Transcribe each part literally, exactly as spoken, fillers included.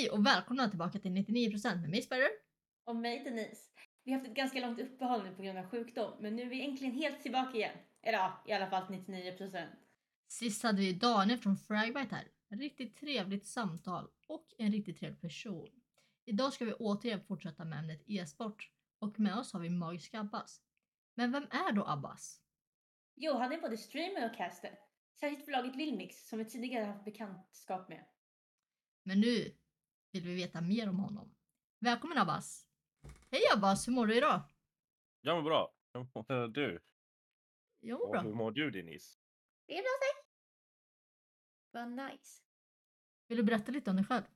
Hej och välkomna tillbaka till nittionio procent med mig Sparrow. Och mig Denise. Vi har haft ett ganska långt uppehåll nu på grund av sjukdom, men nu är vi äntligen helt tillbaka igen. Eller ja, i alla fall nittionio procent. Sist hade vi Daniel från Fragbite här. Ett riktigt trevligt samtal och en riktigt trevlig person. Idag ska vi återigen fortsätta med ämnet e-sport och med oss har vi Magiska Abbas. Men vem är då Abbas? Jo, han är både streamer och caster. Särskilt för laget Lilmix som vi tidigare haft bekantskap med. Men nu vill vi veta mer om honom. Välkommen Abbas! Hej Abbas, hur mår du idag? Ja, men bra. Hur mår du? Jag mår Och bra. hur mår du, Denise? Det är bra tack. Vad nice. Vill du berätta lite om dig själv?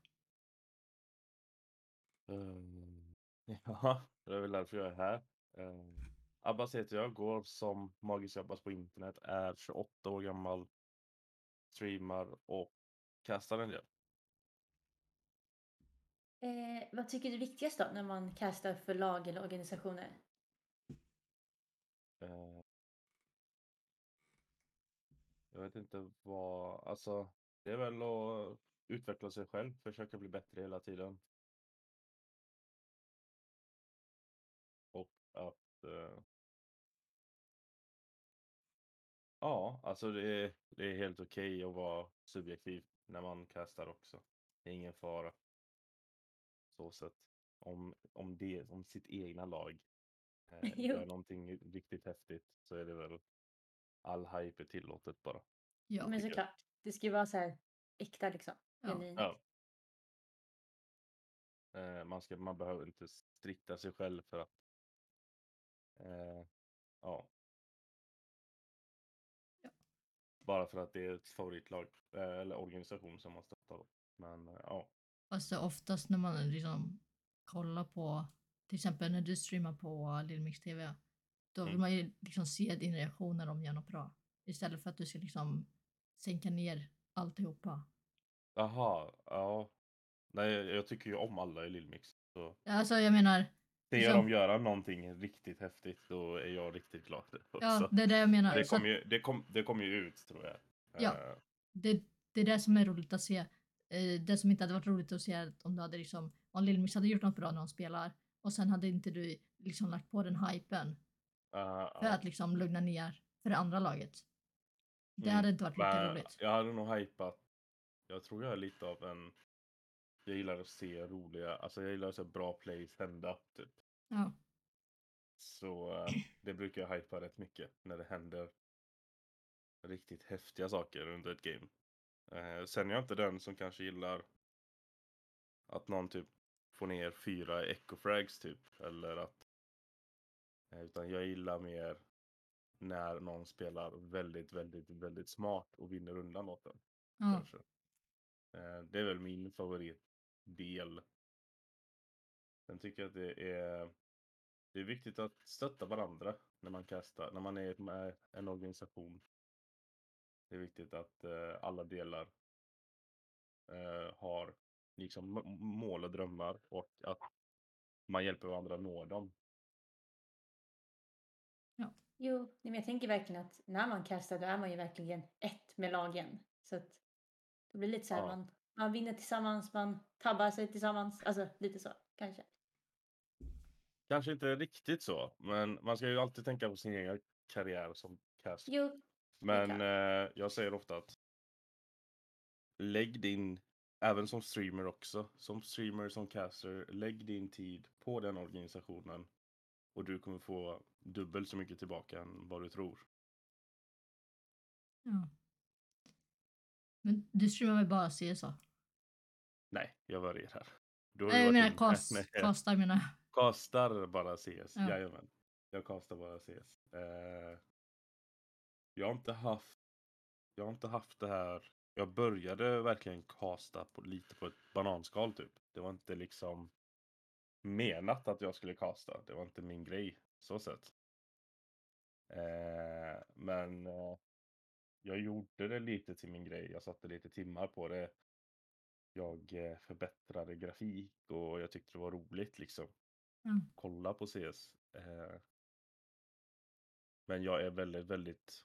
Um, ja, det är väl därför jag är här. Um, Abbas heter jag, går som Magisk Abbas på internet, är tjugoåtta år gammal, streamar och kastar en del. Eh, vad tycker du är viktigast då när man castar för lag eller organisationer? Uh, jag vet inte vad, alltså det är väl att utveckla sig själv, försöka bli bättre hela tiden. Och att uh, ja, alltså det är, det är helt okej att vara subjektiv när man castar också. Det är ingen fara. Så sett. Om, om, det, om sitt egna lag eh, Jo. gör någonting riktigt häftigt så är det väl all hype är tillåtet bara. Ja. Men såklart, det ska ju vara så här äkta liksom. Ja. Genuint. Ja. Eh, man, ska, man behöver inte strikta sig själv för att eh, ja. Ja. Bara för att det är ett favoritlag eh, eller organisation som man stöttar. Men eh, ja. Alltså oftast när man liksom kollar på, till exempel när du streamar på Lillmix T V, då vill Mm. man ju liksom se din reaktion när de gör något bra. Istället för att du ska liksom sänka ner alltihopa. Jaha, ja. Nej, jag, jag tycker ju om alla i Lillmix. Så Alltså jag menar, ser liksom- jag dem göra någonting riktigt häftigt, då är jag riktigt glad också. ja det är det jag menar. Det Så att, kommer ju, det kom, det kommer ju ut, tror jag. Ja. Eh, det, det är det som är roligt att se. Eh, Det som inte hade varit roligt att se om du hade liksom, om Lillmix hade gjort något bra när de spelar och sen hade inte du liksom lagt på den hypen uh, för att liksom lugna ner för det andra laget. Det Mm. hade inte varit lika Men roligt. jag hade nog hypat. Jag tror jag är lite av en. Jag gillar att se roliga, alltså jag gillar att se bra plays hända typ. Ja. Så eh, det brukar jag hypa rätt mycket när det händer riktigt häftiga saker under ett game. Eh, sen är jag inte den som kanske gillar att någon typ får ner fyra echo-frags typ. Eller att, eh, utan jag gillar mer när någon spelar väldigt, väldigt, väldigt smart och vinner undan åt den. Ja. Kanske. Eh, det är väl min favoritdel. Sen tycker jag att det är, det är viktigt att stötta varandra när man kastar, när man är med en organisation. Det är viktigt att eh, alla delar eh, har liksom m- mål och drömmar och att man hjälper varandra att nå dem. Jo, men jag tänker verkligen att när man castar då är man ju verkligen ett med lagen. Så att det blir lite så här, Ja. man, man vinner tillsammans, man tabbar sig tillsammans. Alltså lite så, kanske. Kanske inte riktigt så, men man ska ju alltid tänka på sin egen karriär som caster. Jo, Men klart. eh, jag säger ofta att lägg din, även som streamer också, som streamer, som caster, lägg din tid på den organisationen och du kommer få dubbelt så mycket tillbaka än vad du tror. Ja. Men du streamar väl bara C S A? Nej, jag varierar. Du har ju Nej, jag varit menar inne- cast, Nej, castar menar jag. Castar bara C S, Ja. jajamän. Jag castar bara C S. Eh, jag har inte haft, jag har inte haft det här. Jag började verkligen casta på, lite på ett bananskal typ. Det var inte liksom menat att jag skulle casta. Det var inte min grej, så sett. Eh, men eh, jag gjorde det lite till min grej. Jag satte lite timmar på det. Jag eh, förbättrade grafik och jag tyckte det var roligt liksom. Mm. Kolla på C S. Eh, men jag är väldigt, väldigt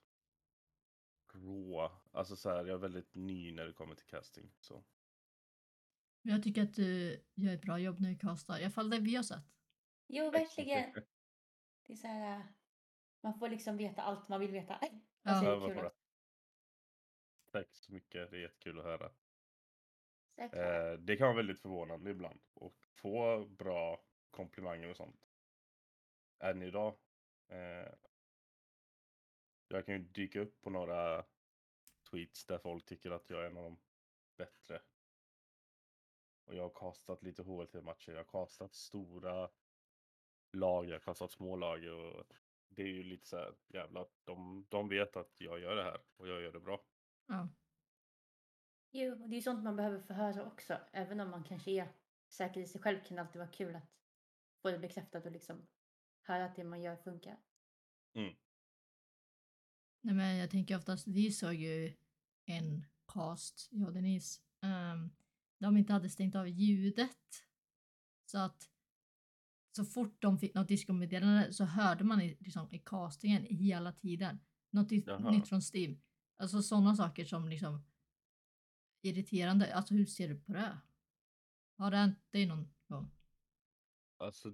rå. Alltså så här, jag är väldigt ny när det kommer till casting. Så. Men jag tycker att du gör ett bra jobb när du castar. I alla fall det vi har sett. Jo, Tack så verkligen. mycket. Det är så här, äh, man får liksom veta allt man vill veta. Ja. Alltså, det Ja, är vad kul bra. också. Tack så mycket, det är jättekul att höra. Säkert. Eh, det kan vara väldigt förvånande ibland. Och få bra komplimanger och sånt. Än idag. Eh, jag kan ju dyka upp på några tweets där folk tycker att jag är en av de bättre. Och jag har kastat lite H L T-matcher. Jag har kastat stora lag, jag har kastat små lag. Och det är ju lite så här, jävlar, de, de vet att jag gör det här och jag gör det bra. Ja. Jo, och det är ju sånt man behöver få höra också. Även om man kanske är säker i sig själv kan det alltid vara kul att få det bekräftat och liksom höra att det man gör funkar. Mm. Nej, men jag tänker oftast, vi såg ju en cast, jag och Denise, um, de inte hade stängt av ljudet. Så att så fort de fick något diskomeddelande så hörde man i, liksom, i castingen hela tiden. Något i- Jaha. nytt från Steam. Alltså sådana saker som liksom irriterande. Alltså hur ser du på det? Har det hänt dig någon gång? Alltså,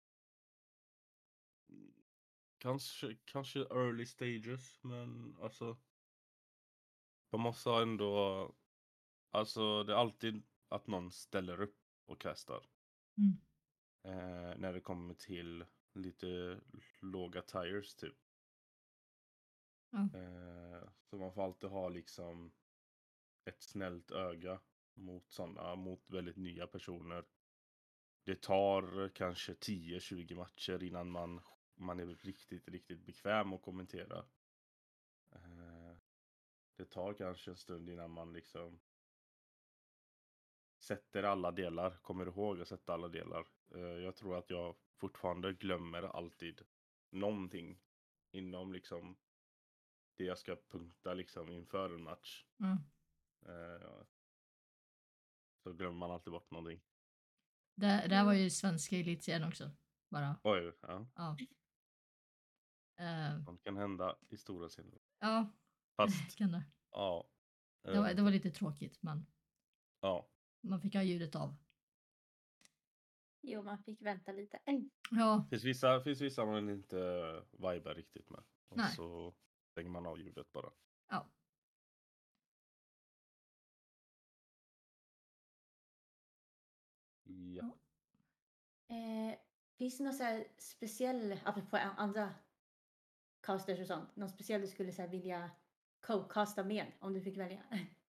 mm, kanske, kanske early stages, men alltså man måste ha ändå, alltså det är alltid att någon ställer upp och castar. Mm. Eh, när det kommer till lite låga tires typ. Ja. Eh, så man får alltid ha liksom ett snällt öga mot sådana, mot väldigt nya personer. Det tar kanske tio tjugo matcher innan man, man är riktigt, riktigt bekväm att kommentera. Eh, det tar kanske en stund innan man liksom sätter alla delar, kommer ihåg att sätta alla delar. Eh, jag tror att jag fortfarande glömmer alltid någonting inom liksom det jag ska punkta liksom inför en match. Ja. Eh, så glömmer man alltid bort någonting. Det, det här var ju svenska elitserien också. Bara. Oj, ja. Ja. Eh, Sånt kan hända i stora scener. ja, Fast, kan det. ja. Det var, det var lite tråkigt men Ja. man fick ha ljudet av. Jo, man fick vänta lite. Ja, Finns vissa, finns vissa man inte vibar riktigt med. Och Nej. så stänger man av ljudet bara. ja. Ja. Eh, finns det någon så här speciell, apropå an- andra casters och sånt, någon speciell du skulle så här vilja co-casta med om du fick välja?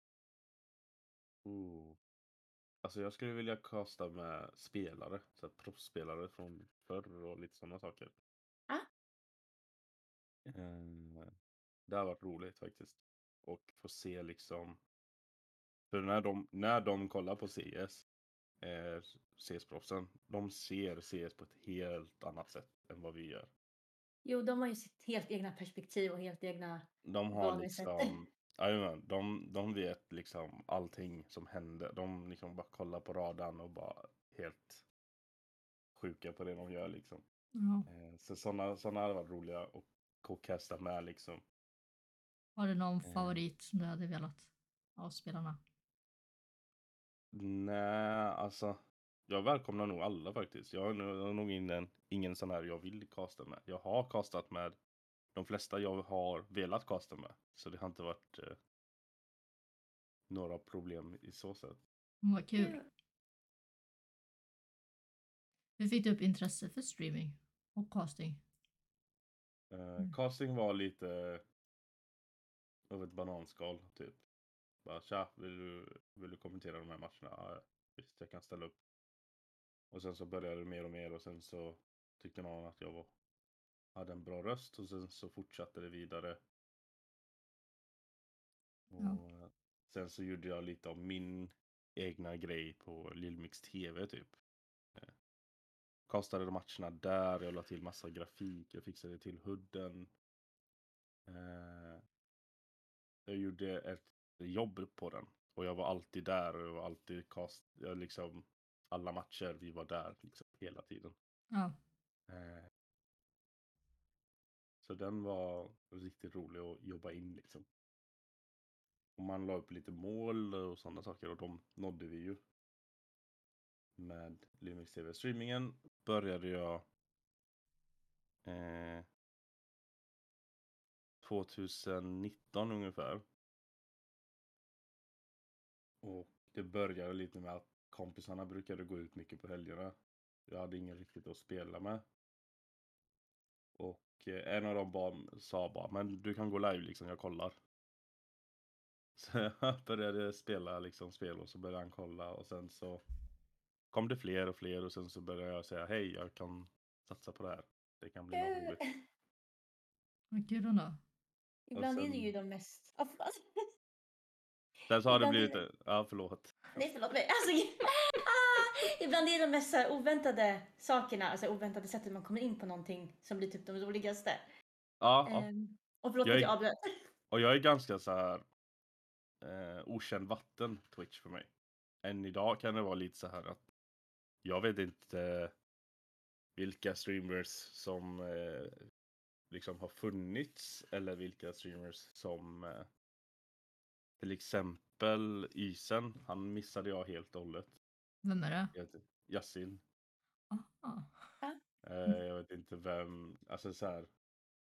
Oh. Alltså jag skulle vilja casta med spelare. Så här proffsspelare från förr och lite sådana saker. Ah. Eh, det har varit roligt faktiskt. Och få se liksom. För när de, när de kollar på C S. Eh, C S-proffsen. De ser C S på ett helt annat sätt än vad vi gör. Jo, de har ju sitt helt egna perspektiv och helt egna De har vanlighetssätt. liksom, jajamän, de, de vet liksom allting som händer. De liksom bara kollar på radarn och bara helt sjuka på det de gör liksom. ja. Eh, så sådana såna hade varit roliga att co-casta med liksom. Har du någon Eh. favorit som du hade velat av spelarna? Nej, alltså. Jag välkomnar nog alla faktiskt. Jag har nog- jag har nog ingen, ingen sån här jag vill casta med. Jag har castat med de flesta jag har velat casta med. Så det har inte varit eh, några problem i så sätt. Mm, vad kul. Ja. Hur fick du upp intresse för streaming och casting? Eh, Mm. Casting var lite av ett bananskal typ. Bara, tja, vill du, vill du kommentera de här matcherna? Ja, visst, jag kan ställa upp. Och sen så började det mer och mer och sen så tyckte någon att jag var, hade en bra röst och sen så fortsatte det vidare. Och Ja. sen så gjorde jag lite av min egna grej på Lillmix T V typ. Eh, Kastade matcherna där, jag la till massa grafik, jag fixade till hudden. Eh, jag gjorde ett jobb på den. Och jag var alltid där och jag var alltid cast, jag liksom, alla matcher, vi var där liksom hela tiden. Ja. Eh, så den var riktigt rolig att jobba in liksom. Och man la upp lite mål och sådana saker och de nådde vi ju. med Lumix T V-streamingen började jag eh, tjugonitton ungefär. Och det började lite med att kompisarna brukade gå ut mycket på helgerna. Jag hade ingen riktigt att spela med. Och eh, en av dem bara, sa bara, men du kan gå live liksom, jag kollar. Så jag började spela liksom spel och så började han kolla och sen så kom det fler och fler och sen så började jag säga, hej, jag kan satsa på det här. Det kan bli något roligt. Vad kul ändå. Ibland är det sen- ju de mest... Ah, förlåt. Sen så har det Ibland är blivit, det- ja förlåt. Nej, förlåt mig. Alltså, ah, ibland är det de mest så här oväntade sakerna, alltså oväntade sättet man kommer in på någonting som blir typ de roligaste. Ja, ja. Ehm, och förlåt Jag att är- jag avbröt. Och jag är ganska så här eh, okänd vatten Twitch för mig. Än idag kan det vara lite så här att jag vet inte vilka streamers som eh, liksom har funnits eller vilka streamers som eh, till exempel Isen, han missade jag helt och hållet. Vem är det? Jag vet inte, Yasin. Ah. Eh, jag vet inte vem, alltså så här.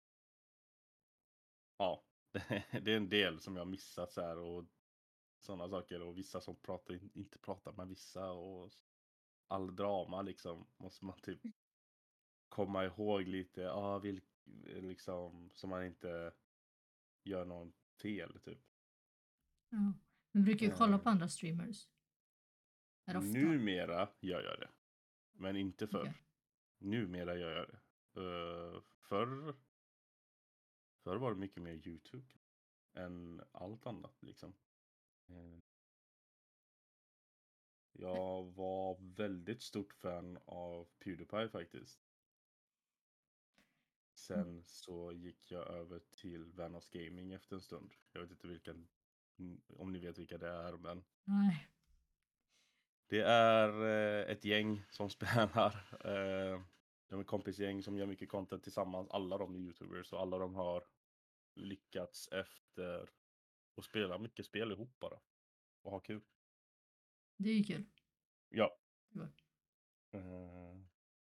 Ja, det är en del som jag missat så här och sådana saker och vissa som pratar, inte pratar med vissa och all drama liksom måste man typ komma ihåg lite, ja, ah, vilk, liksom så man inte gör någon fel typ. Ja. Men brukar ju kolla på Eh. andra streamers. Är det ofta? Numera gör jag det, men inte förr. Okej. Numera gör jag det. Uh, förr, förr var det mycket mer YouTube än allt annat liksom. Eh. Jag var väldigt stort fan av PewDiePie faktiskt. Sen så gick jag över till Vanos Gaming efter en stund. Jag vet inte vilken, om ni vet vilka det är, men Nej. det är eh, ett gäng som spelar. Eh, de är ett kompisgäng som gör mycket content tillsammans. Alla de är YouTubers och alla de har lyckats efter att spela mycket spel ihop bara. Och ha kul. Det är ju kul. Ja. Det var- Eh,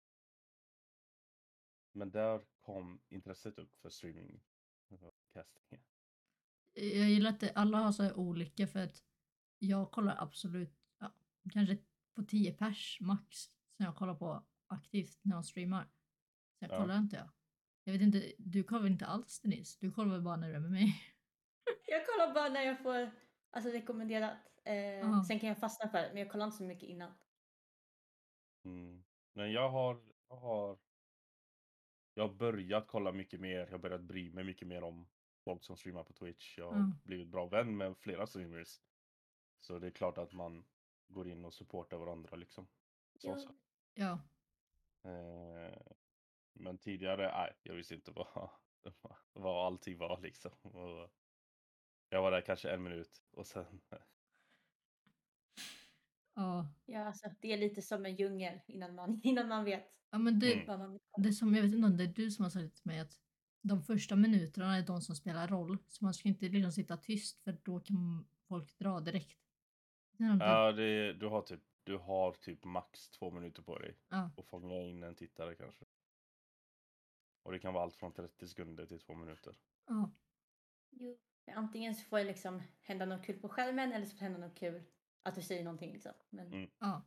men där kom intresset upp för streaming. och Casting. Jag gillar att det, alla har så här olika för att jag kollar absolut ja, kanske på tio pers max som jag kollar på aktivt när jag streamar. Sen Ja. kollar inte jag. Jag vet inte, du kollar väl inte alls Denise? Du kollar väl bara när du är med mig? Jag kollar bara när jag får alltså, rekommenderat. Eh, Ja. Sen kan jag fastna för det, men jag kollar inte så mycket innan. Mm. Men jag har, jag har jag har börjat kolla mycket mer. Jag har börjat bry mig mycket mer om folk som streamar på Twitch. Jag har Mm. blivit bra vän med flera streamers. Så det är klart att man går in och supportar varandra liksom. Så, Ja. så. Ja. Eh, men tidigare, nej, jag visste inte vad, vad allting var liksom. Och jag var där kanske en minut och sen... Ja. Ja, alltså, det är lite som en djungel innan man, innan man vet Ja men det, Mm. vad man vill kolla. det som, jag vet inte om det är du som har sagt till mig att de första minuterna är de som spelar roll. Så man ska inte liksom sitta tyst för då kan folk dra direkt. Sen har inte- Ja, det, du, har typ, du har typ max två minuter på dig. Ja. Och fånga in en tittare kanske. Och det kan vara allt från trettio sekunder till två minuter. Ja. Jo. Antingen så får det liksom hända något kul på skärmen eller så får det hända något kul att du säger någonting liksom. Men Mm. Ja.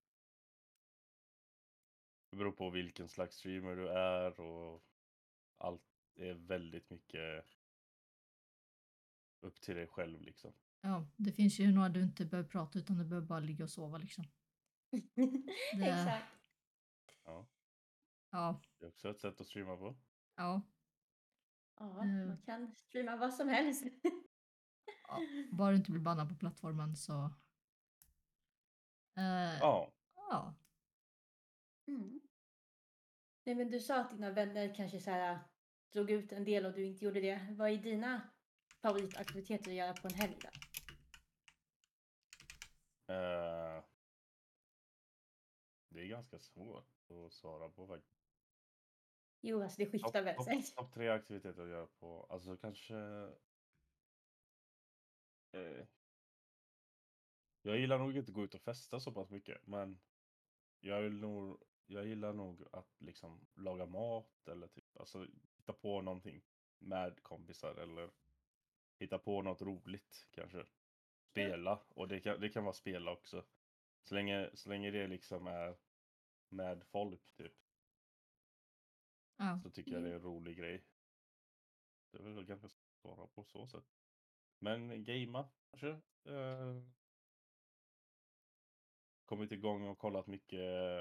Det beror på vilken slags streamer du är och allt är väldigt mycket upp till dig själv liksom. Ja, det finns ju några du inte behöver prata utan du behöver bara ligga och sova liksom. Det- exakt. Ja, Ja. det är också ett sätt att streama på. Ja. Ja, Mm. man kan streama vad som helst. Ja. Bara du inte blir bannad på plattformen så... Eh, Ja, ja. Mm. Nej, men du sa att dina vänner kanske så här drog ut en del och du inte gjorde det. Vad är dina favoritaktiviteter att göra på en helg då? eh, det är ganska svårt att svara på faktiskt. Jo, alltså det skiftar Topp väl top, sig. top tre aktiviteter att göra på. Alltså kanske... Eh, jag gillar nog inte att gå ut och festa så pass mycket. Men jag vill nog, jag gillar nog att liksom laga mat eller typ, alltså hitta på någonting med kompisar eller hitta på något roligt kanske. Spela, och det kan, det kan vara spela också. Så länge, så länge det liksom är med folk typ, Ja. så tycker jag det är en rolig grej. Det är väl ganska svåra på så sätt. Men gamea kanske. Eh, kommit igång och kollat mycket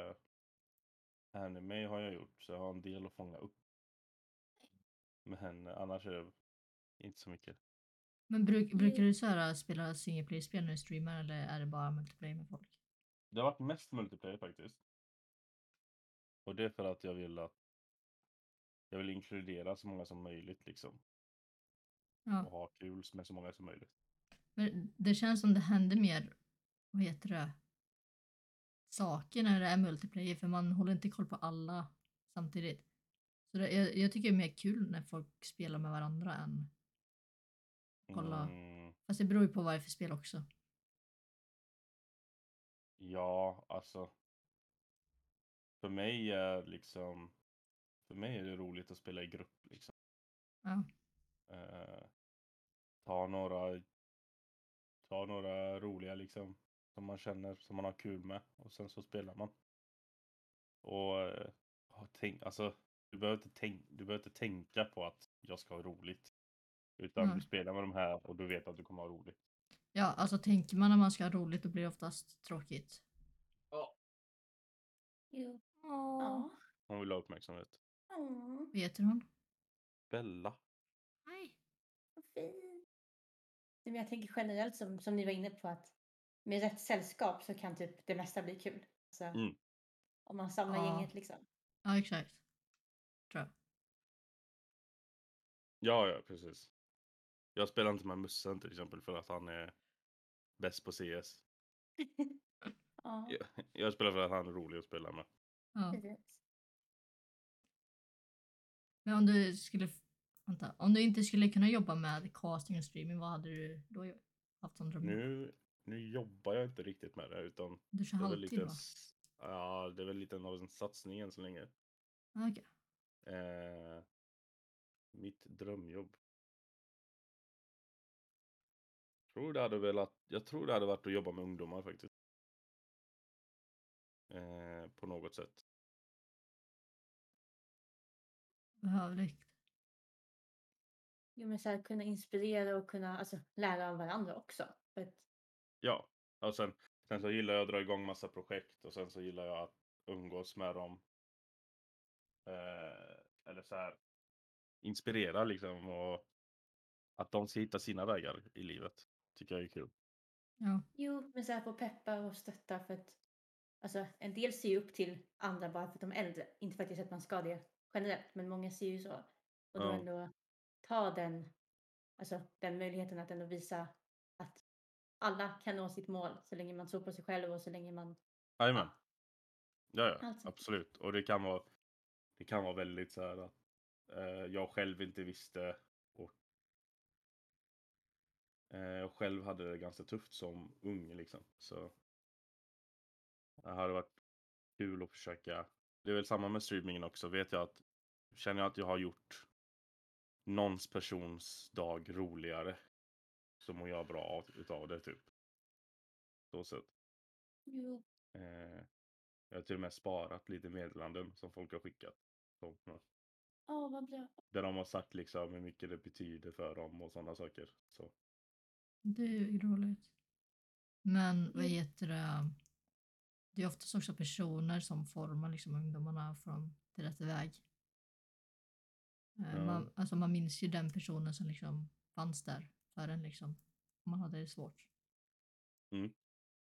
anime har jag gjort, så jag har en del att fånga upp. Men annars är det inte så mycket. Men bruk, brukar du så här spela single player-spel när du streamar eller är det bara multiplayer med folk? Det har varit mest multiplayer faktiskt. Och det är för att jag vill att jag vill inkludera så många som möjligt liksom. Ja. Och ha kul med så många som möjligt. Men det känns som det händer mer, vad heter det, saker när det är multiplayer för man håller inte koll på alla samtidigt. Så det, jag, jag tycker det är mer kul när folk spelar med varandra än kolla. Mm, Fast det beror ju på vad det är för spel också. ja, alltså. För mig är liksom för mig är det roligt att spela i grupp liksom. Ja. Eh, ta några ta några roliga liksom som man känner, som man har kul med, och sen så spelar man. Och eh, ha tänk, alltså du behöver inte tänk, du behöver inte tänka på att jag ska ha roligt, utan Nej. du spelar med de här och du vet att du kommer ha roligt. Ja, alltså tänker man när man ska ha roligt då blir det oftast tråkigt. Ja. Jo. Åh. Ja. Hon vill ha uppmärksamhet. Mm. Vad heter hon? Bella. Nej. Vad fint. Men jag tänker generellt som, som ni var inne på att med rätt sällskap så kan typ det mesta bli kul. Alltså, Mm. om man samlar Ja. gänget liksom. Ja, exakt. Tror jag. Ja, ja, precis. Jag spelar inte med Mussen till exempel för att han är bäst på C S. Ja, Jag, jag spelar för att han är rolig att spela med. Ja. precis. Men om du skulle, vänta, om du inte skulle kunna jobba med casting och streaming, vad hade du då haft som drömjobb? Nu, nu jobbar jag inte riktigt med det, utan Du kör det är väl lite, halvtid va? s- ja, det är väl lite av en satsning än så länge. Ah, okej. Eh, mitt drömjobb. Tror det hade velat, jag tror det hade varit att jobba med ungdomar faktiskt. Eh, på något sätt. Behövligt. Jo, men så här, kunna inspirera och kunna alltså, lära av varandra också. För att, Ja, och sen, sen så gillar jag att dra igång massa projekt, och sen så gillar jag att umgås med dem. Eh, eller så här inspirera liksom, och att de ska hitta sina vägar i livet. Tycker jag är kul. Ja. jo, men så här få peppa och stötta för att alltså, en del ser ju upp till andra bara för att de är äldre. Inte faktiskt att man ska det generellt, men många ser ju så. Och då Ja. ändå ta den, alltså, den möjligheten att ändå visa att alla kan nå sitt mål så länge man tror på sig själv och så länge man... Jajamän. Ja, ja, Allt sånt. absolut. Och det kan vara, det kan vara väldigt så här att eh, jag själv inte visste, och eh, jag själv hade det ganska tufft som ung liksom. Så det hade varit kul att försöka. Det är väl samma med streamingen också. Vet jag att, känner jag att jag har gjort någons persons dag roligare, så mår jag bra av, utav det typ. Så sätt. Jo. Eh, jag har till och med sparat lite meddelanden som folk har skickat. Så, ja. Åh, vad bra. Där de har sagt liksom hur mycket det betyder för dem och sådana saker. Så. Det är ju roligt. Men vad Jo. heter det? Det är oftast också personer som formar liksom ungdomarna från till rätt väg. Eh, Ja. Man, alltså man minns ju den personen som liksom fanns där för en liksom. Om man hade det svårt. Mm.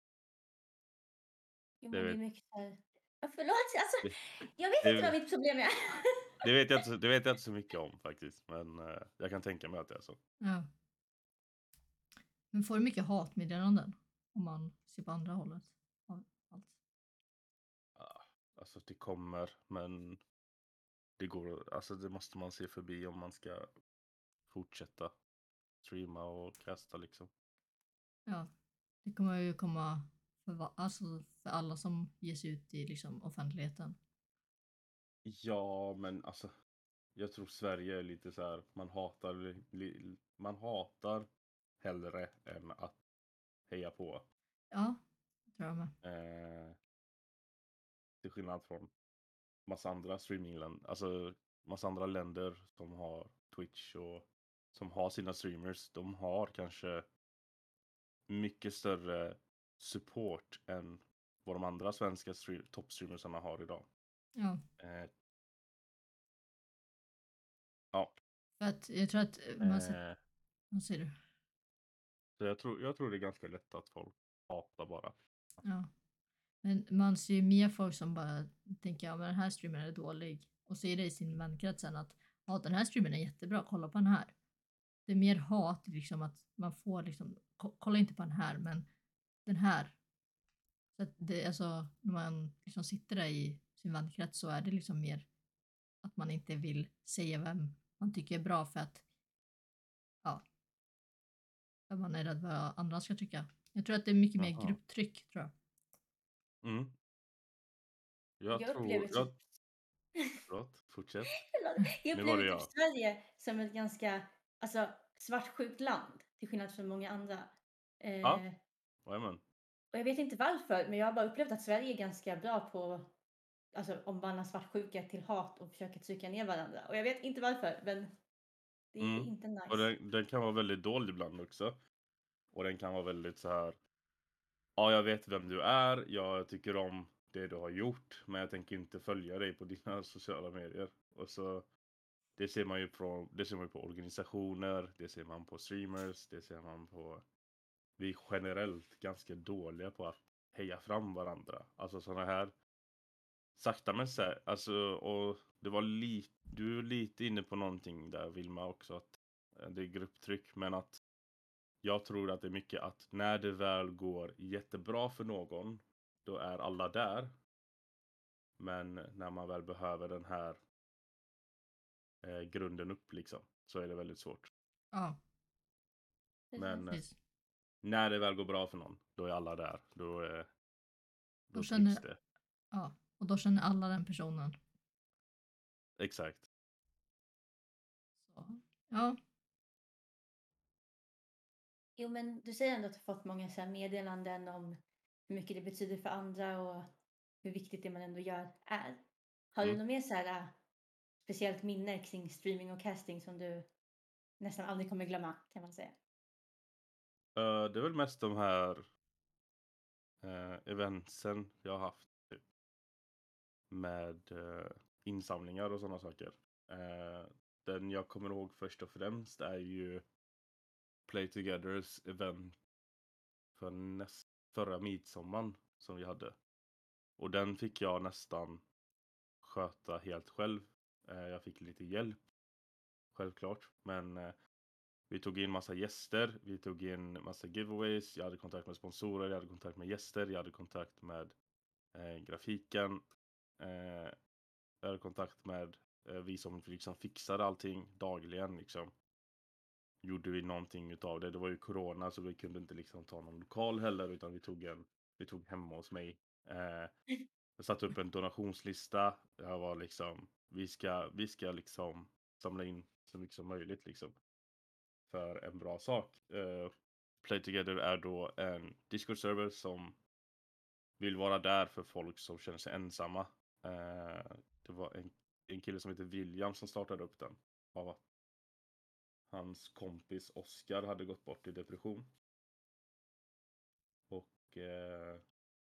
Jo, Det men det är vet- mycket så här... Ja, förlåt, alltså, Det- jag vet det- inte vad mitt problem är. Det vet, jag inte, det vet jag inte så mycket om faktiskt. Men eh, jag kan tänka mig att det är så. Ja. Men får du mycket hatmeddelanden om man ser på andra hållet? av allt? Ja, alltså det kommer, men det går, alltså det måste man se förbi om man ska fortsätta streama och kasta liksom. Ja, det kommer ju komma för, va- alltså för alla som ger sig ut i liksom offentligheten. Ja, men alltså jag tror Sverige är lite så här, man hatar li, li, man hatar hellre än att heja på. Ja, det tror jag med. Eh, till skillnad från massa andra streamingländer, alltså massa andra länder som har Twitch och som har sina streamers, de har kanske mycket större support än vad de andra svenska stream, toppstreamersarna har idag. Ja. Eh, ja. För att jag tror att man ser, Eh, vad säger du? så jag tror, jag tror det är ganska lätt att folk hatar bara. Ja. Men man ser ju mer folk som bara tänker ja men den här streamern är dålig och ser det i sin vänkrets sen att ja den här streamern är jättebra, kolla på den här. Det är mer hat liksom att man får liksom ko- kolla inte på den här men den här. Så att det alltså när man liksom sitter där i sin vänkrets så är det liksom mer att man inte vill säga vem man tycker är bra för att ja, för man är rädd vad andra ska tycka. Jag tror att det är mycket mer Jaha. grupptryck tror jag. Mm. Jag, Jag tror, upplever jag, typ, förlåt, fortsätt. jag Nu var det upplever jag. typ Sverige som ett ganska alltså, svartsjukt land. Till skillnad från många andra. Eh, Ja. Jajamän. och jag vet inte varför, men jag har bara upplevt att Sverige är ganska bra på alltså, omvandla svartsjuka till hat och försöka trycka ner varandra. Och jag vet inte varför, men det är Mm. inte nice. Och den, den kan vara väldigt dålig ibland också. Och den kan vara väldigt så här. Ja, jag vet vem du är. Jag tycker om det du har gjort. Men jag tänker inte följa dig på dina sociala medier. Och så, det ser man ju på, det ser man ju på organisationer. Det ser man på streamers. Det ser man på. Vi är generellt ganska dåliga på att heja fram varandra. Alltså sådana här. Sakta men säkert. Alltså, och det var lite. Du är lite inne på någonting där Vilma också. Att eh, det är grupptryck. Men att. Jag tror att det är mycket att när det väl går jättebra för någon, då är alla där. Men när man väl behöver den här eh, grunden upp liksom, så är det väldigt svårt. Ja, Men eh, precis. när det väl går bra för någon, då är alla där. Då, eh, Då då känner, trycks det. ja, och då känner alla den personen. Exakt. Så, ja, Jo, men du säger ändå att du fått många så här meddelanden om hur mycket det betyder för andra och hur viktigt det man ändå gör är. Har du Mm. något mer så här äh, speciellt minne kring streaming och casting som du nästan aldrig kommer glömma kan man säga? Eh, det är väl mest de här eh, eventsen jag har haft. Typ, med eh, insamlingar och sådana saker. Eh, den jag kommer ihåg först och främst är ju Play Togethers event för näst, förra midsommaren som vi hade. Och den fick jag nästan sköta helt själv. Eh, jag fick lite hjälp, självklart. Men eh, vi tog in massa gäster, vi tog in massa giveaways, jag hade kontakt med sponsorer, jag hade kontakt med gäster, jag hade kontakt med eh, grafiken. Eh, jag hade kontakt med eh, vi som liksom fixade allting dagligen liksom. Gjorde vi någonting utav det. Det var ju corona så vi kunde inte liksom ta någon lokal heller utan vi tog en vi tog hemma hos mig. Eh, jag satte upp en donationslista. Jag var liksom vi ska vi ska liksom samla in så mycket som möjligt liksom för en bra sak. Eh, Play Together är då en Discord-server som vill vara där för folk som känner sig ensamma. Eh, det var en, en kille som heter William som startade upp den. Av hans kompis Oscar hade gått bort i depression. Och eh,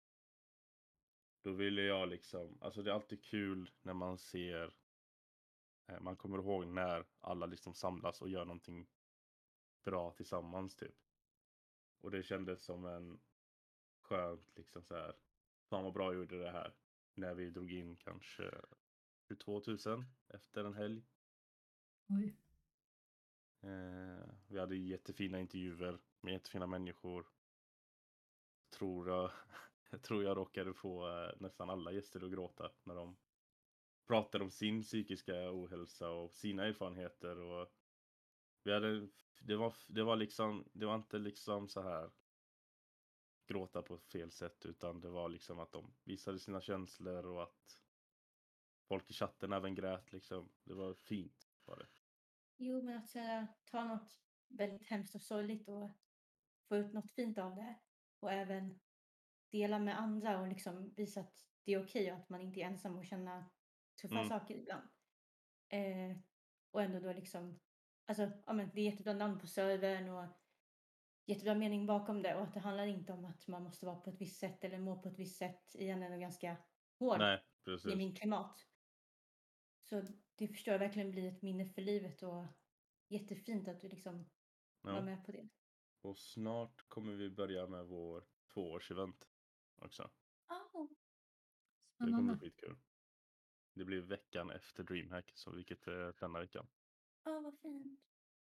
då ville jag liksom, alltså det är alltid kul när man ser, eh, man kommer ihåg när alla liksom samlas och gör någonting bra tillsammans typ. Och det kändes som en skönt liksom så här, fan vad bra jag gjorde det här. När vi drog in kanske tjugotvå tusen efter en helg. oj. Eh, vi hade jättefina intervjuer med jättefina människor. Tror jag, jag tror jag råkade få eh, nästan alla gäster att gråta när de pratade om sin psykiska ohälsa och sina erfarenheter. Och vi hade, det, var, det var liksom, det var inte liksom så här gråta på fel sätt, utan det var liksom att de visade sina känslor och att folk i chatten även grät liksom. Det var fint var det. Jo, men att så här, ta något väldigt hemskt och sorgligt och få ut något fint av det. Och även dela med andra och liksom visa att det är okej och att man inte är ensam och känna tuffa Mm. saker ibland. Eh, och ändå då liksom, alltså, ja, men det är jättebra namn på servern och jättebra mening bakom det och att det handlar inte om att man måste vara på ett visst sätt eller må på ett visst sätt. Igen är nog ganska hård Nej, i precis. min klimat. Så det förstår jag verkligen blir ett minne för livet och jättefint att du liksom var Ja. med på det. Och snart kommer vi börja med vår tvåårsevent också. Oh, Så det kommer bli Spännande. skitkul. Det blir veckan efter DreamHack, så vilket är denna veckan. oh, vad fint.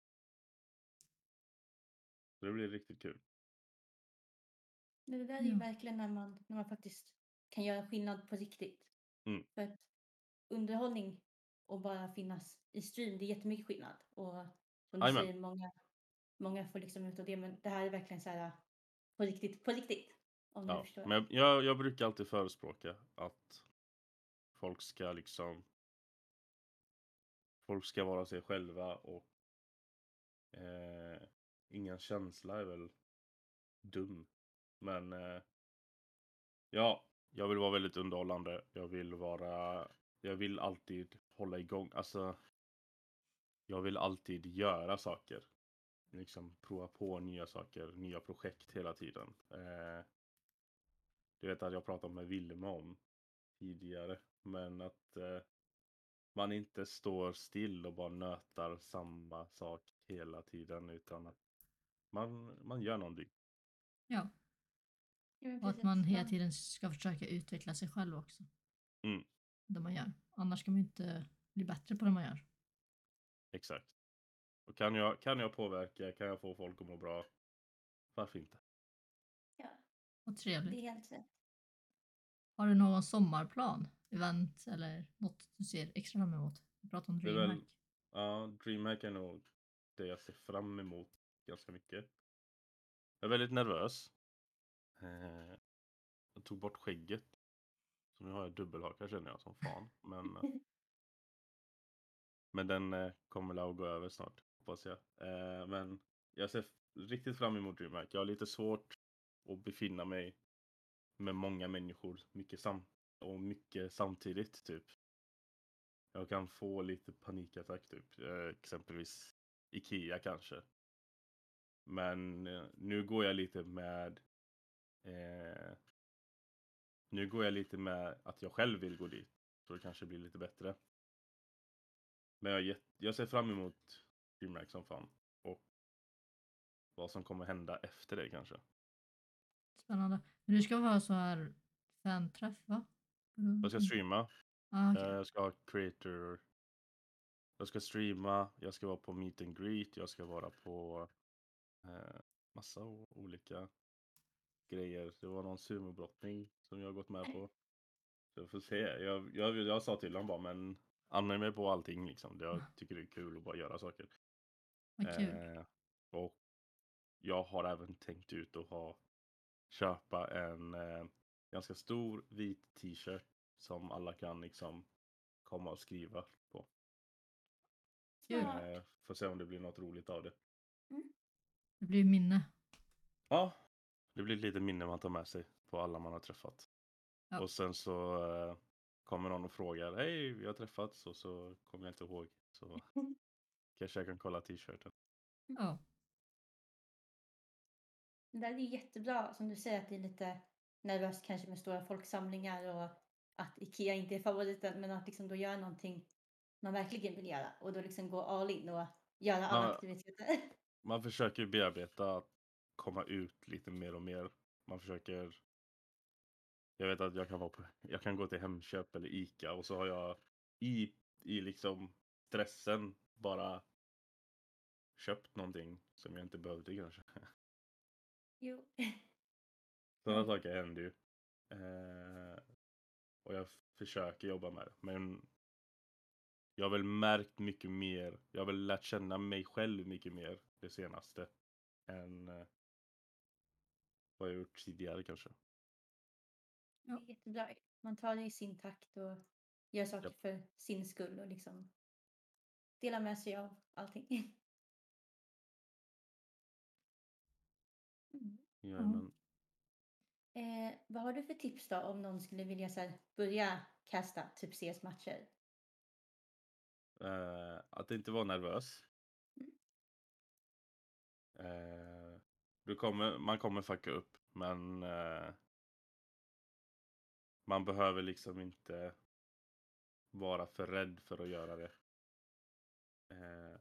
Så det blir riktigt kul. Men det där är ju Ja. verkligen när man, när man faktiskt kan göra skillnad på riktigt. Mm. För att underhållning och bara finnas i stream, det är jättemycket skillnad. Och som du Jajamän. säger, många, många får liksom ut av det. Men det här är verkligen så här på riktigt, på riktigt. Om du Ja, förstår. men jag, jag brukar alltid förespråka att folk ska liksom folk ska vara sig själva och eh, ingen känsla är väl dum. Men eh, ja, jag vill vara väldigt underhållande. Jag vill vara, jag vill alltid hålla igång. Alltså, jag vill alltid göra saker. Liksom prova på nya saker, nya projekt hela tiden. Eh, du vet att jag pratade med Vilma om tidigare. Men att eh, man inte står still och bara nötar samma sak hela tiden, utan att man, man gör någonting. Ja, Ja, men och att precis. man hela Man- tiden ska försöka utveckla sig själv också. Mm. Det man gör. Annars kan man ju inte bli bättre på det man gör. Exakt. Och kan jag, kan jag påverka, kan jag få folk att må bra, varför inte? Ja, Vad det trevligt. är helt rätt. Har du någon sommarplan? Event eller något du ser extra fram emot? Vi pratar om Det är väl, DreamHack. ja, DreamHack är nog det jag ser fram emot ganska mycket. Jag är väldigt nervös. Eh, jag tog bort skägget. Så nu har jag dubbelhaka känner jag som fan. Men, men den eh, kommer väl att gå över snart, hoppas jag. Eh, men jag ser riktigt fram emot DreamHack. Jag har lite svårt att befinna mig med många människor mycket sam och mycket samtidigt typ. Jag kan få lite panikattack typ. Eh, exempelvis Ikea kanske. Men eh, nu går jag lite med eh, nu går jag lite med att jag själv vill gå dit. Så det kanske blir lite bättre. Men jag, är jätt- jag ser fram emot DreamHack som fan. Och vad som kommer hända efter det kanske. Spännande. Men du ska vara så här fan-träff va? Jag ska streama. Ah, eh, okej. Jag ska ha creator. Jag ska streama. Jag ska vara på meet and greet. Jag ska vara på eh, massa o- olika grejer. Det var någon sumobrottning som jag har gått med på. Så jag får se. Jag, jag, jag sa till honom bara, men använd mig på allting liksom. Jag tycker det är kul att bara göra saker. Vad kul. Eh, och jag har även tänkt ut att ha köpa en eh, ganska stor vit t-shirt som alla kan liksom komma och skriva på. Kul. Smart. Eh, får se om det blir något roligt av det. Det blir minne. Ja, det blir ett litet minne man tar med sig på alla man har träffat. Ja. Och sen så eh, kommer någon och frågar, hej vi har träffats, och så kommer jag inte ihåg. Så kanske jag kan kolla t-shirten. Ja. Det där är jättebra, som du säger, att det är lite nervöst kanske med stora folksamlingar och att Ikea inte är favoriten, men att liksom då göra någonting man verkligen vill göra och då liksom gå all in och göra alla Ja. aktiviteter. Man försöker ju bearbeta att komma ut lite mer och mer. Man försöker. Jag vet att jag kan vara på, jag kan gå till Hemköp eller Ica och så har jag i, i liksom stressen bara köpt någonting som jag inte behövde kanske. Jo. Sådana Mm. saker händer ju. Eh, och jag försöker jobba med det. Men jag har väl märkt mycket mer. Jag har väl lärt känna mig själv mycket mer det senaste. Än, eh, vad jag gjort tidigare kanske. Det är jättebra. Man tar det i sin takt och gör saker Japp. för sin skull och liksom delar med sig av allting. Mm. Jajamän. Eh, vad har du för tips då om någon skulle vilja så här, börja kasta typ C S-matcher? Eh, att inte vara nervös. Mm. Eh, du kommer, man kommer fucka upp, men eh, man behöver liksom inte vara för rädd för att göra det. Eh,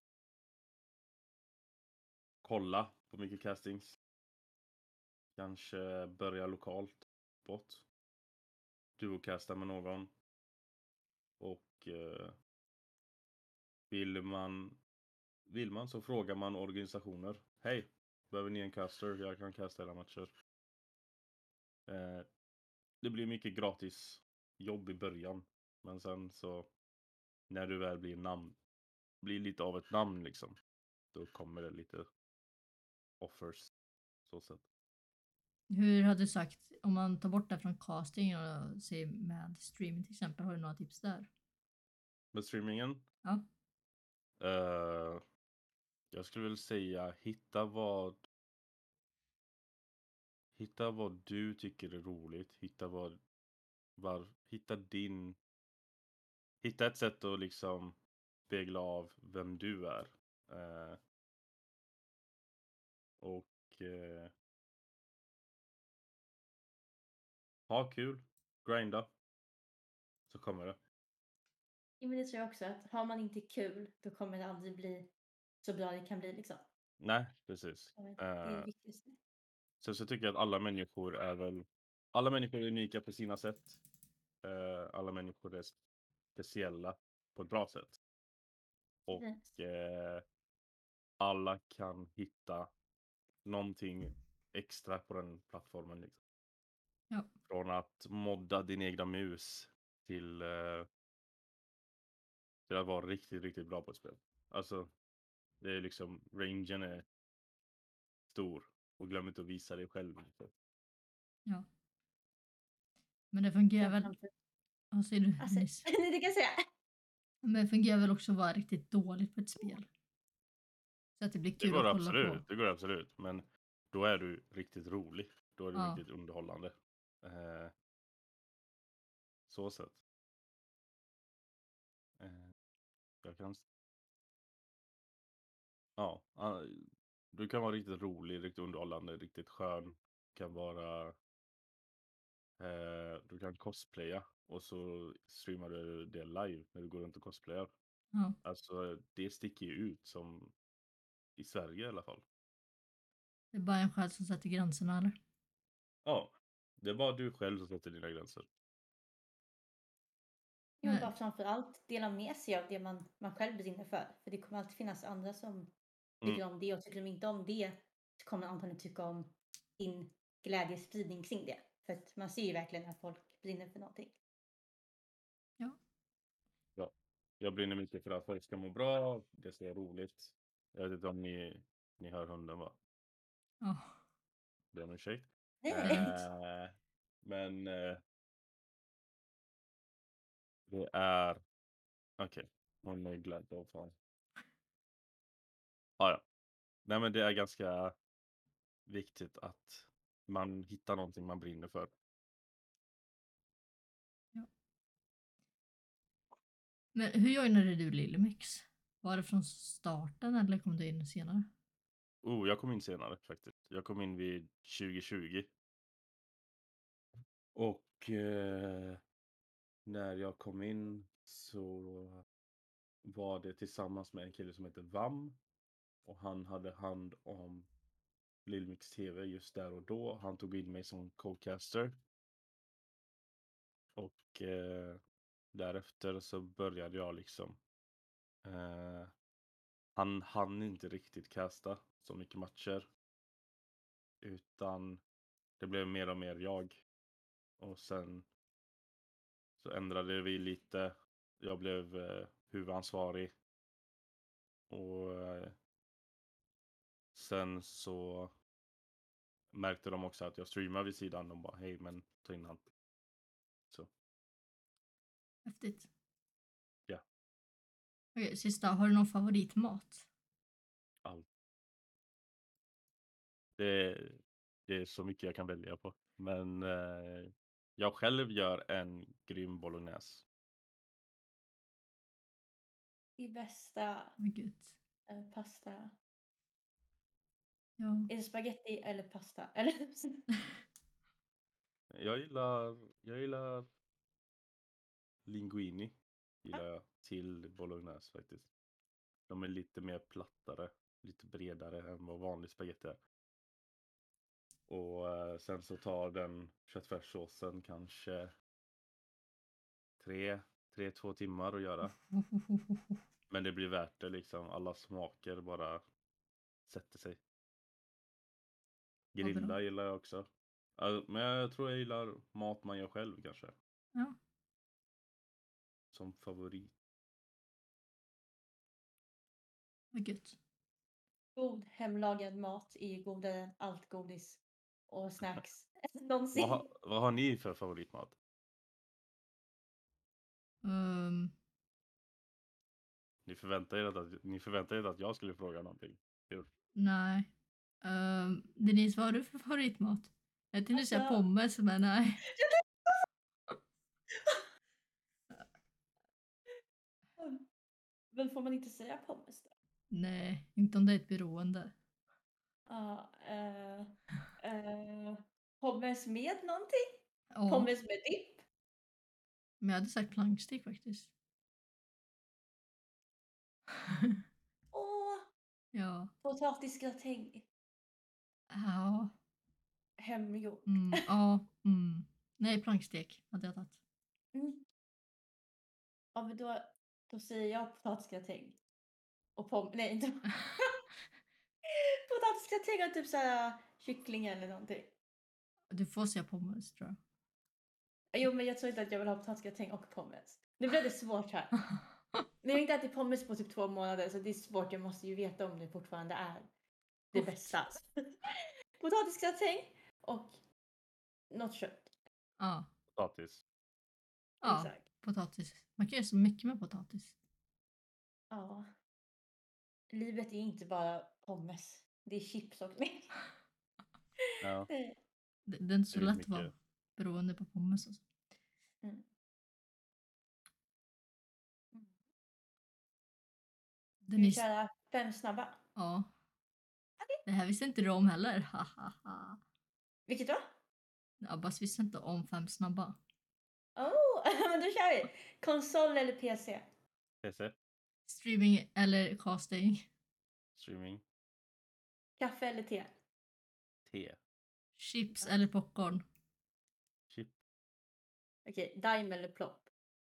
kolla på mycket castings. Kanske börja lokalt bort. Duocasta med någon. Och eh, vill man vill man så frågar man organisationer. Hej, behöver ni en caster? Jag kan casta era matcher. Eh, det blir mycket gratis jobb i början. Men sen så när du väl blir namn blir lite av ett namn liksom. Då kommer det lite offers. Så sätt. Hur hade du sagt om man tar bort det från casting och säger med streaming till exempel? Har du några tips där? Med streamingen. Ja. Eh, jag skulle väl säga hitta vad hitta vad du tycker är roligt. Hitta vad var, hitta din hitta ett sätt att liksom spegla av vem du är. Eh, och eh, ha kul, grinda, så kommer det. Ja, men det tror jag också att har man inte kul då kommer det aldrig bli så bra det kan bli liksom. Nej, precis. Ja, Det är det Eh, viktigaste. sen så tycker jag att alla människor är väl alla människor är unika på sina sätt. Eh, alla människor är speciella på ett bra sätt. Och Precis. eh, alla kan hitta någonting extra på den plattformen. Liksom. Ja. Från att modda din egna mus till, eh, till att vara riktigt, riktigt bra på ett spel. Alltså, det är liksom, rangen är stor. Och glöm inte att visa dig själv. Ja. Men det fungerar Jag väl... kan inte- Vad säger du, Alltså, Dennis? det kan jag säga. Men det fungerar väl också att vara riktigt dåligt på ett spel? Så att det blir Det kul går att kolla absolut, på. det går absolut. Men då är du riktigt rolig. Då är du Ja. riktigt underhållande. Eh, så sett. Eh, jag kan... Ja, ah, du kan vara riktigt rolig, riktigt underhållande, riktigt skön. Kan vara... Eh, du kan cosplaya och så streamar du det live när du går runt och cosplayar. Ja. Alltså det sticker ju ut som i Sverige i alla fall. Det är bara en själv som sätter gränserna, eller? Ja, det är bara du själv som sätter dina gränser. Ja, Men- bara framför allt dela med sig av det man, man själv brinner för. För det kommer alltid finnas andra som tycker om det och tycker de inte om det så kommer de antagligen tycka om din glädjespridning kring det. För att man ser ju verkligen när folk brinner för någonting. Ja. Ja. Jag brinner mycket för att folk ska må bra, det ska vara roligt. Jag vet inte om ni, ni hör hunden va? Ja. Det är en ursäkt. Nej, nej. Eh, men eh, det är... Okej, hon är glad då fan. Ah, ja. Nej men det är ganska viktigt att man hittar någonting man brinner för. Men hur joinade du Lillemix? Var det från starten eller kom du in senare? Oh, jag kom in senare faktiskt. Jag kom in vid tjugo tjugo. Och eh, när jag kom in så var det tillsammans med en kille som heter Vam. Och han hade hand om Lillemix T V just där och då. Han tog in mig som co-caster. Och eh, därefter så började jag liksom. Eh, han hann inte riktigt casta så mycket matcher. Utan det blev mer och mer jag. Och sen så ändrade vi lite. Jag blev eh, huvudansvarig. Och eh, sen så märkte de också att jag streamar vid sidan. De bara, hej men ta in han. Så. Häftigt. Ja. Okej, sista. Har du någon favoritmat? Allt. Det, det är så mycket jag kan välja på. Men eh, jag själv gör en grym bolognese. Det bästa Vad gött. eh, pasta. Ja. Är det spaghetti eller pasta? Eller? Jag gillar, jag gillar linguini. Gillar jag till bolognese faktiskt. De är lite mer plattare, lite bredare än vad vanlig spaghetti är. Och eh, sen så tar den köttfärssåsen kanske tre, tre, två timmar att göra. Men det blir värt det liksom. Alla smaker bara sätter sig. Vad bra. Grilla gillar jag också. Ja, men jag tror jag gillar mat man gör själv kanske. Ja. Som favorit. Vad gött. God hemlagad mat är ju godare än allt godis och snacks någonsin. Vad, har- vad har ni för favoritmat? Um, Ni förväntar er att, ni förväntar er att jag skulle fråga någonting. Hur? nej. Um, Denise, vad har du för favoritmat? Jag tänkte säga Alltså- pommes, men nej. Men får man inte säga pommes då? Nej, inte om det är ett beroende. Ja, eh, eh, pommes med någonting? Ja, Pommes med dipp? men jag hade sagt plankstek faktiskt. Åh, Ja. potatisgratäng. Ja. Hemgjort. Mm, ja. Mm. Nej, plankstek hade jag tagit. Mm. Ja, men då, då säger jag potatisgratäng. Och pom... Nej, inte... potatisgratäng och typ såhär kyckling eller någonting. Du får säga pommes, tror jag. Jo, men jag tror inte att jag vill ha potatisgratäng och pommes. Nu blev det svårt här. Men jag har inte ätit pommes på typ två månader så det är svårt. Jag måste ju veta om det fortfarande är det bästa. Potatisgratäng och något kött. Ja. Potatis. Ja, Exakt. potatis. Man kan göra så mycket med potatis. Ja. Livet är inte bara pommes. Det är chips också. Ja. Det- Det, det är inte så Det är lätt att mycket. vara beroende på pommes. Alltså. Mm. Ska vi Denise, köra fem snabba? ja. Det här visste inte du om heller. Ha, ha, ha. Vilket då? Abbas visste inte om fem snabba. Oh, men då kör vi. Konsol eller P C? P C. Streaming eller casting. Streaming. Kaffe eller te? Te. Chips eller popcorn. Chip. Okej, Dime eller plopp?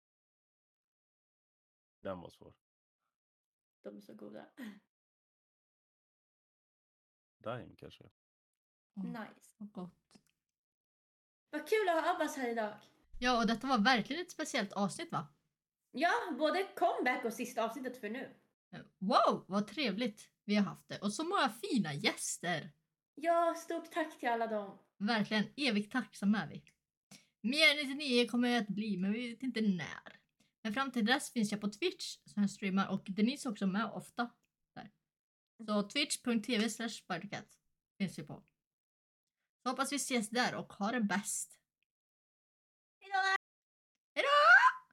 Den var svår. De är så goda. Dime kanske. Åh, Nice. vad gott. Vad kul att ha Abbas här idag. Ja, och detta var verkligen ett speciellt avsnitt, va? Ja, både comeback och sista avsnittet för nu. Wow, vad trevligt vi har haft det. Och så många fina gäster. Ja, stort tack till alla dem. Verkligen evigt tacksam är vi. Mer nittionio kommer jag att bli, men vi vet inte när. Men fram till dess finns jag på Twitch som jag streamar och Denise är också med ofta. Där. Så twitch punkt tv slash spidercat finns vi på. Så hoppas vi ses där och ha det bäst.